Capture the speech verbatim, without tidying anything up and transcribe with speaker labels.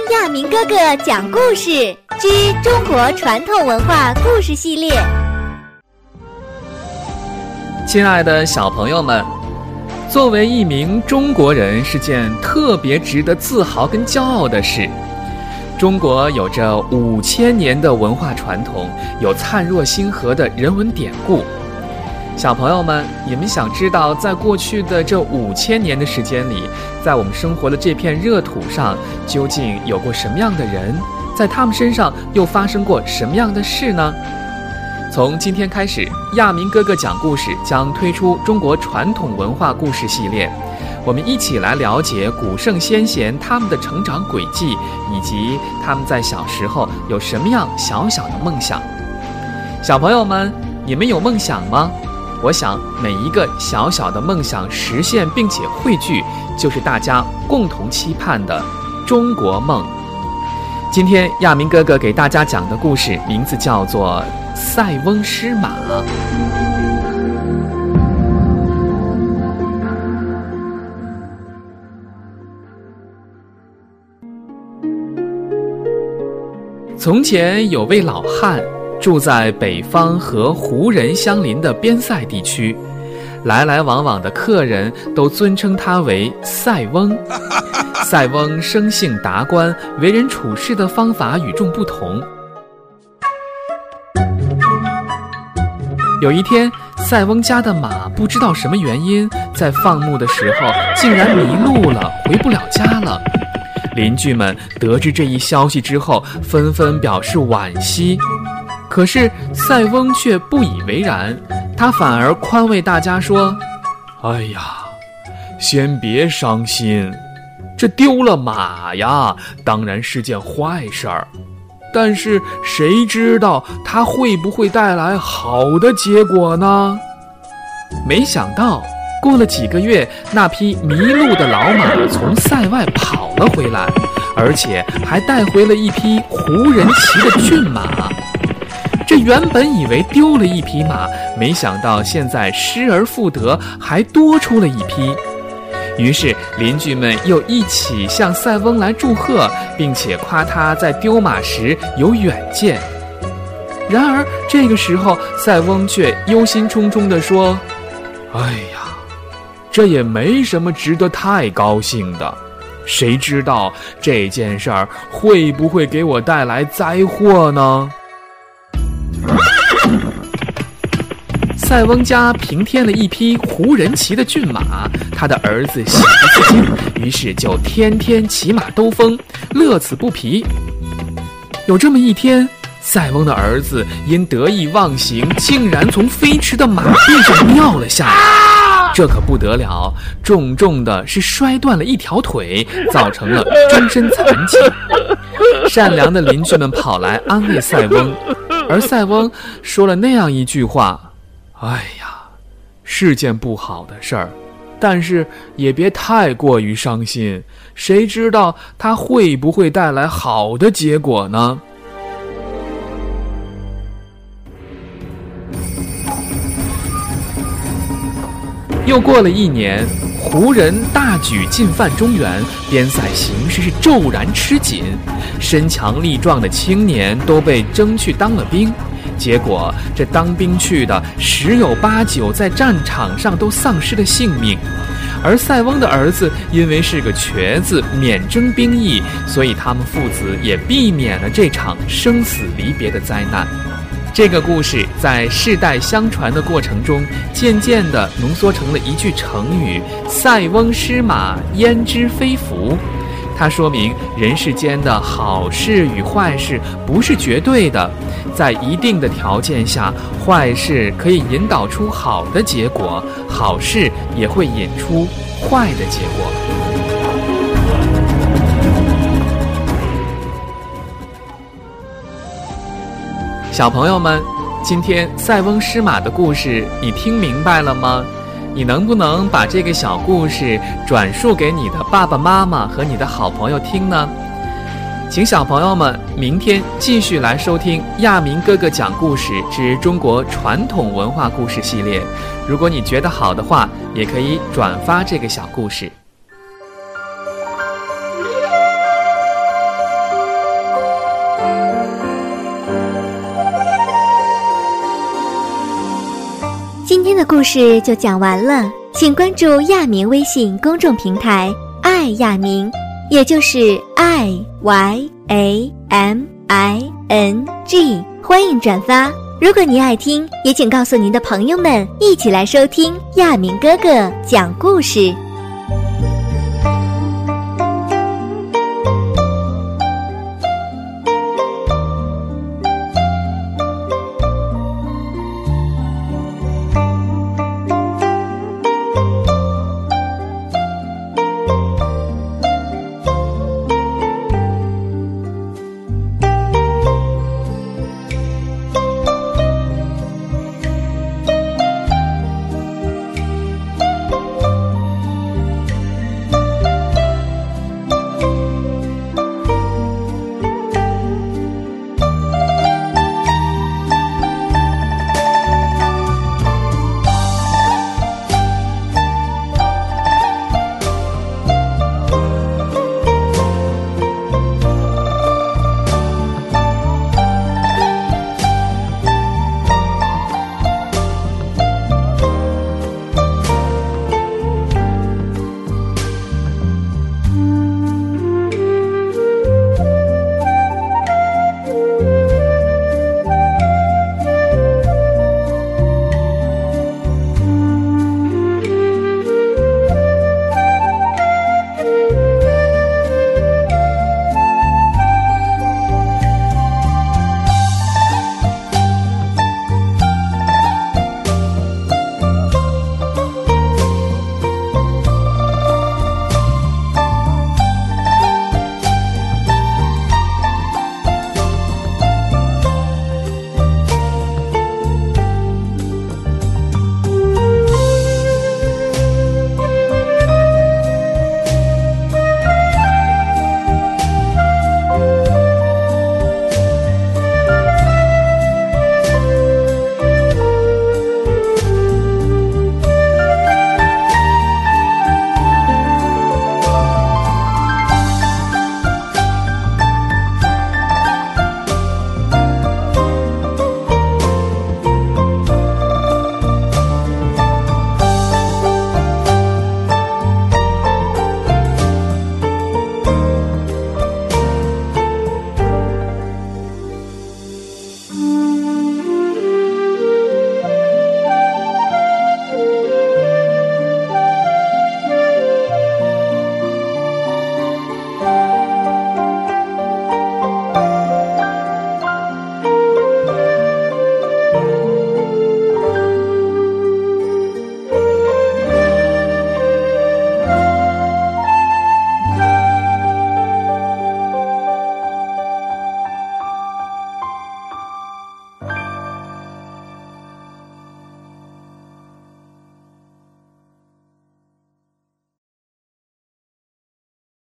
Speaker 1: 亚明哥哥讲故事之中国传统文化故事系列。
Speaker 2: 亲爱的小朋友们，作为一名中国人是件特别值得自豪跟骄傲的事。中国有着五千年的文化传统，有灿若星河的人文典故。小朋友们，你们想知道在过去的这五千年的时间里，在我们生活的这片热土上，究竟有过什么样的人？在他们身上又发生过什么样的事呢？从今天开始，亚明哥哥讲故事将推出中国传统文化故事系列，我们一起来了解古圣先贤他们的成长轨迹，以及他们在小时候有什么样小小的梦想。小朋友们，你们有梦想吗？我想每一个小小的梦想实现并且汇聚，就是大家共同期盼的中国梦。今天亚明哥哥给大家讲的故事名字叫做《塞翁失马》。从前有位老汉，住在北方和胡人相邻的边塞地区，来来往往的客人都尊称他为塞翁。塞翁生性达观，为人处事的方法与众不同。有一天，塞翁家的马不知道什么原因，在放牧的时候竟然迷路了，回不了家了。邻居们得知这一消息之后，纷纷表示惋惜。可是塞翁却不以为然，他反而宽慰大家说：哎呀，先别伤心，这丢了马呀，当然是件坏事儿，但是谁知道它会不会带来好的结果呢？没想到过了几个月，那匹迷路的老马从塞外跑了回来，而且还带回了一匹胡人骑的骏马。这原本以为丢了一匹马，没想到现在失而复得，还多出了一匹。于是邻居们又一起向塞翁来祝贺，并且夸他在丢马时有远见。然而这个时候，塞翁却忧心忡忡地说：哎呀，这也没什么值得太高兴的，谁知道这件事儿会不会给我带来灾祸呢？塞翁家平添了一匹胡人骑的骏马，他的儿子喜不自禁，于是就天天骑马兜风，乐此不疲。有这么一天，塞翁的儿子因得意忘形，竟然从飞驰的马背上掉了下来，这可不得了，重重的是摔断了一条腿，造成了终身残疾。善良的邻居们跑来安慰塞翁，而塞翁说了那样一句话：哎呀，是件不好的事儿，但是也别太过于伤心，谁知道它会不会带来好的结果呢？又过了一年，胡人大举进犯中原，边塞形势是骤然吃紧，身强力壮的青年都被征去当了兵。结果这当兵去的十有八九在战场上都丧失了性命，而塞翁的儿子因为是个瘸子，免征兵役，所以他们父子也避免了这场生死离别的灾难。这个故事在世代相传的过程中，渐渐地浓缩成了一句成语：塞翁失马，焉知非福。它说明人世间的好事与坏事不是绝对的，在一定的条件下，坏事可以引导出好的结果，好事也会引出坏的结果。小朋友们，今天塞翁失马的故事你听明白了吗？你能不能把这个小故事转述给你的爸爸妈妈和你的好朋友听呢？请小朋友们明天继续来收听亚明哥哥讲故事之中国传统文化故事系列。如果你觉得好的话，也可以转发这个小故事。
Speaker 1: 天的故事就讲完了，请关注亚明微信公众平台爱亚明，也就是 I Y A M I N G， 欢迎转发。如果你爱听，也请告诉您的朋友们一起来收听亚明哥哥讲故事。